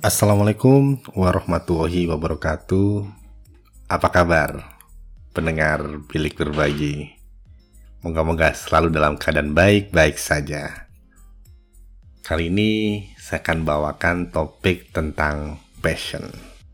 Assalamualaikum warahmatullahi wabarakatuh. Apa kabar pendengar Bilik Berbagi? Moga-moga selalu dalam keadaan baik-baik saja. Kali ini saya akan bawakan topik tentang passion.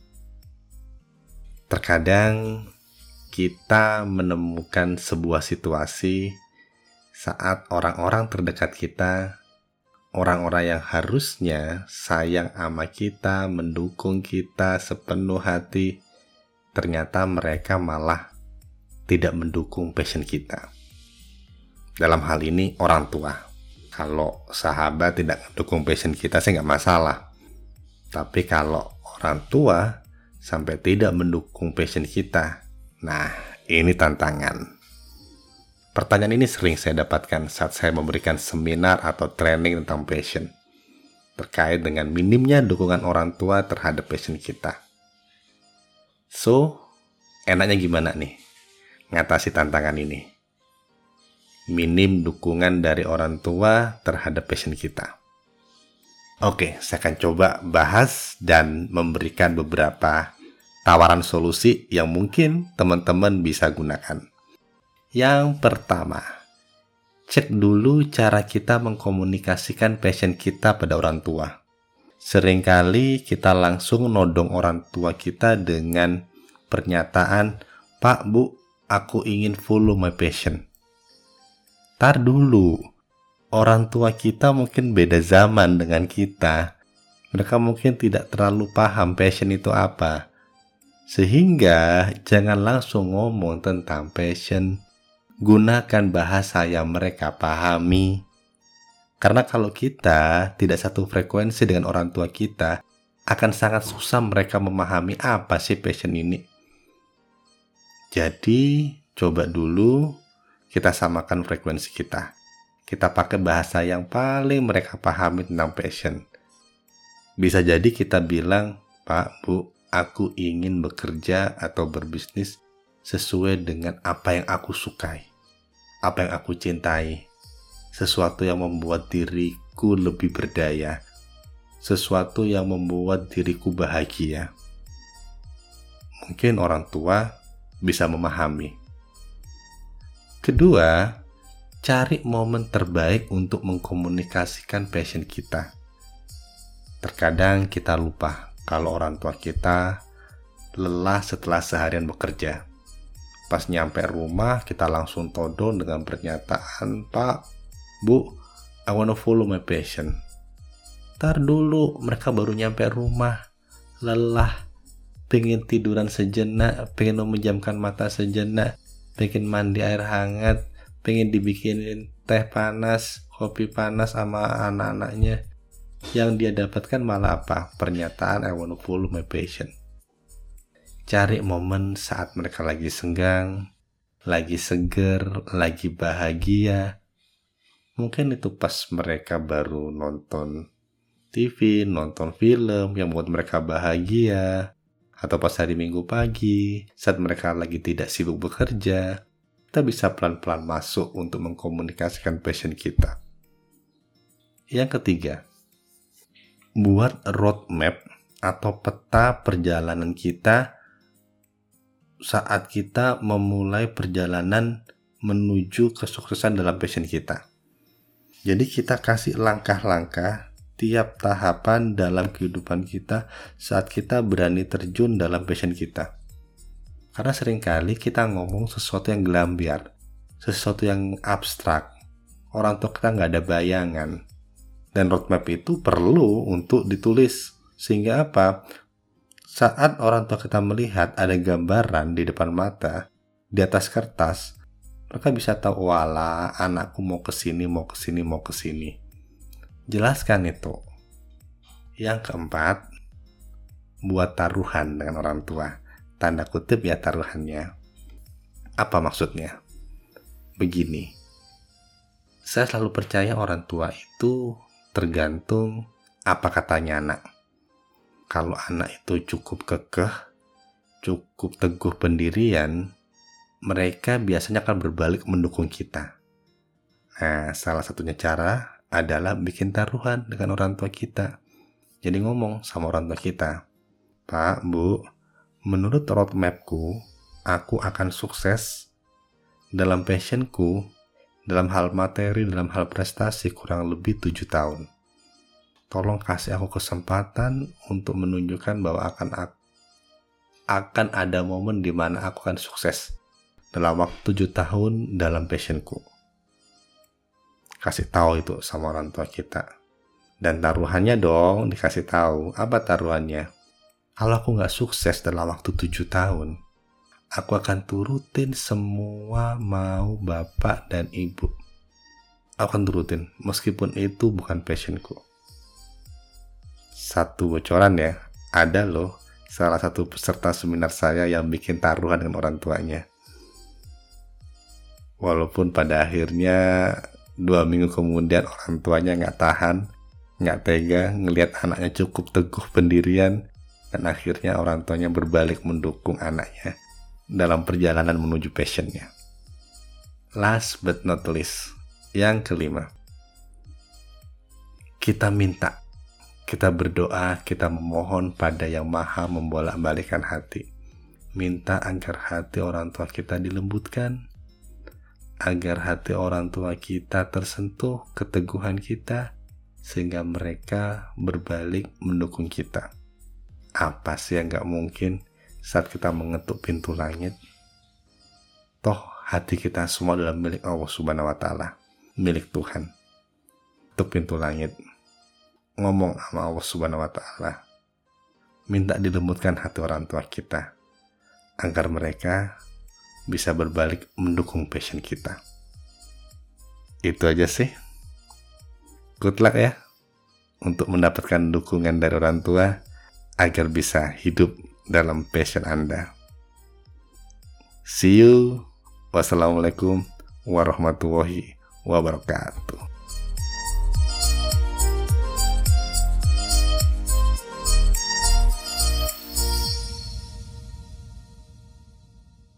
Terkadang kita menemukan sebuah situasi saat orang-orang terdekat kita, orang-orang yang harusnya sayang sama kita, mendukung kita sepenuh hati, ternyata mereka malah tidak mendukung passion kita. Dalam hal ini orang tua. Kalau sahabat tidak mendukung passion kita sih nggak masalah. Tapi kalau orang tua sampai tidak mendukung passion kita, nah ini tantangan. Pertanyaan ini sering saya dapatkan saat saya memberikan seminar atau training tentang passion, terkait dengan minimnya dukungan orang tua terhadap passion kita. So, enaknya gimana nih ngatasi tantangan ini? Minim dukungan dari orang tua terhadap passion kita. Oke, saya akan coba bahas dan memberikan beberapa tawaran solusi yang mungkin teman-teman bisa gunakan. Yang pertama, cek dulu cara kita mengkomunikasikan passion kita pada orang tua. Seringkali kita langsung nodong orang tua kita dengan pernyataan, "Pak, Bu, aku ingin follow my passion." Tar dulu, orang tua kita mungkin beda zaman dengan kita. Mereka mungkin tidak terlalu paham passion itu apa. Sehingga jangan langsung ngomong tentang passion. Gunakan bahasa yang mereka pahami. Karena kalau kita tidak satu frekuensi dengan orang tua kita, akan sangat susah mereka memahami apa sih passion ini. Jadi, coba dulu kita samakan frekuensi kita. Kita pakai bahasa yang paling mereka pahami tentang passion. Bisa jadi kita bilang, "Pak, Bu, aku ingin bekerja atau berbisnis sesuai dengan apa yang aku sukai, apa yang aku cintai, sesuatu yang membuat diriku lebih berdaya, sesuatu yang membuat diriku bahagia." Mungkin orang tua bisa memahami. Kedua, cari momen terbaik untuk mengkomunikasikan passion kita. Terkadang kita lupa kalau orang tua kita lelah setelah seharian bekerja. Pas nyampe rumah, kita langsung todong dengan pernyataan, "Pak, Bu, I wanna follow my passion." Ntar dulu, mereka baru nyampe rumah, lelah, pengen tiduran sejenak, pengen memejamkan mata sejenak, pengen mandi air hangat, pengen dibikinin teh panas, kopi panas sama anak-anaknya. Yang dia dapatkan malah apa? Pernyataan, "I wanna follow my passion." Cari momen saat mereka lagi senggang, lagi seger, lagi bahagia. Mungkin itu pas mereka baru nonton TV, nonton film yang membuat mereka bahagia. Atau pas hari Minggu pagi, saat mereka lagi tidak sibuk bekerja. Kita bisa pelan-pelan masuk untuk mengkomunikasikan passion kita. Yang ketiga, buat roadmap atau peta perjalanan kita saat kita memulai perjalanan menuju kesuksesan dalam passion kita. Jadi kita kasih langkah-langkah tiap tahapan dalam kehidupan kita saat kita berani terjun dalam passion kita. Karena seringkali kita ngomong sesuatu yang gelambiar, sesuatu yang abstrak. Orang tua kita nggak ada bayangan. Dan roadmap itu perlu untuk ditulis. Sehingga apa? Saat orang tua kita melihat ada gambaran di depan mata, di atas kertas, mereka bisa tahu, "Walah, anakku mau kesini, mau kesini, mau kesini." Jelaskan itu. Yang keempat, buat taruhan dengan orang tua. Tanda kutip ya taruhannya. Apa maksudnya? Begini, saya selalu percaya orang tua itu tergantung apa katanya anak. Kalau anak itu cukup kekeh, cukup teguh pendirian, mereka biasanya akan berbalik mendukung kita. Nah, salah satunya cara adalah bikin taruhan dengan orang tua kita. Jadi ngomong sama orang tua kita, Pak, Bu, menurut roadmapku, aku akan sukses dalam passionku, dalam hal materi, dalam hal prestasi kurang lebih 7 tahun. Tolong kasih aku kesempatan untuk menunjukkan bahwa akan ada momen di mana aku akan sukses dalam waktu 7 tahun dalam passionku. Kasih tahu itu sama orang tua kita. Dan taruhannya dong dikasih tahu. Apa taruhannya? Kalau aku nggak sukses dalam waktu 7 tahun, aku akan turutin semua mau bapak dan ibu. Aku akan turutin, meskipun itu bukan passionku. Satu bocoran ya, ada loh salah satu peserta seminar saya yang bikin taruhan dengan orang tuanya. Walaupun pada akhirnya 2 minggu kemudian orang tuanya nggak tahan, nggak tega ngelihat anaknya cukup teguh pendirian, dan akhirnya orang tuanya berbalik mendukung anaknya dalam perjalanan menuju passionnya. Last but not least, yang kelima, kita minta, kita berdoa, kita memohon pada Yang Maha membolak-balikkan hati. Minta agar hati orang tua kita dilembutkan, agar hati orang tua kita tersentuh keteguhan kita, sehingga mereka berbalik mendukung kita. Apa sih yang gak mungkin saat kita mengetuk pintu langit? Toh hati kita semua adalah milik Allah Subhanahu wa Ta'ala, milik Tuhan. Ketuk pintu langit, ngomong sama Allah Subhanahu wa Ta'ala, minta dilembutkan hati orang tua kita agar mereka bisa berbalik mendukung passion kita. Itu aja sih. Good luck ya untuk mendapatkan dukungan dari orang tua agar bisa hidup dalam passion Anda. See you. Wassalamualaikum warahmatullahi wabarakatuh.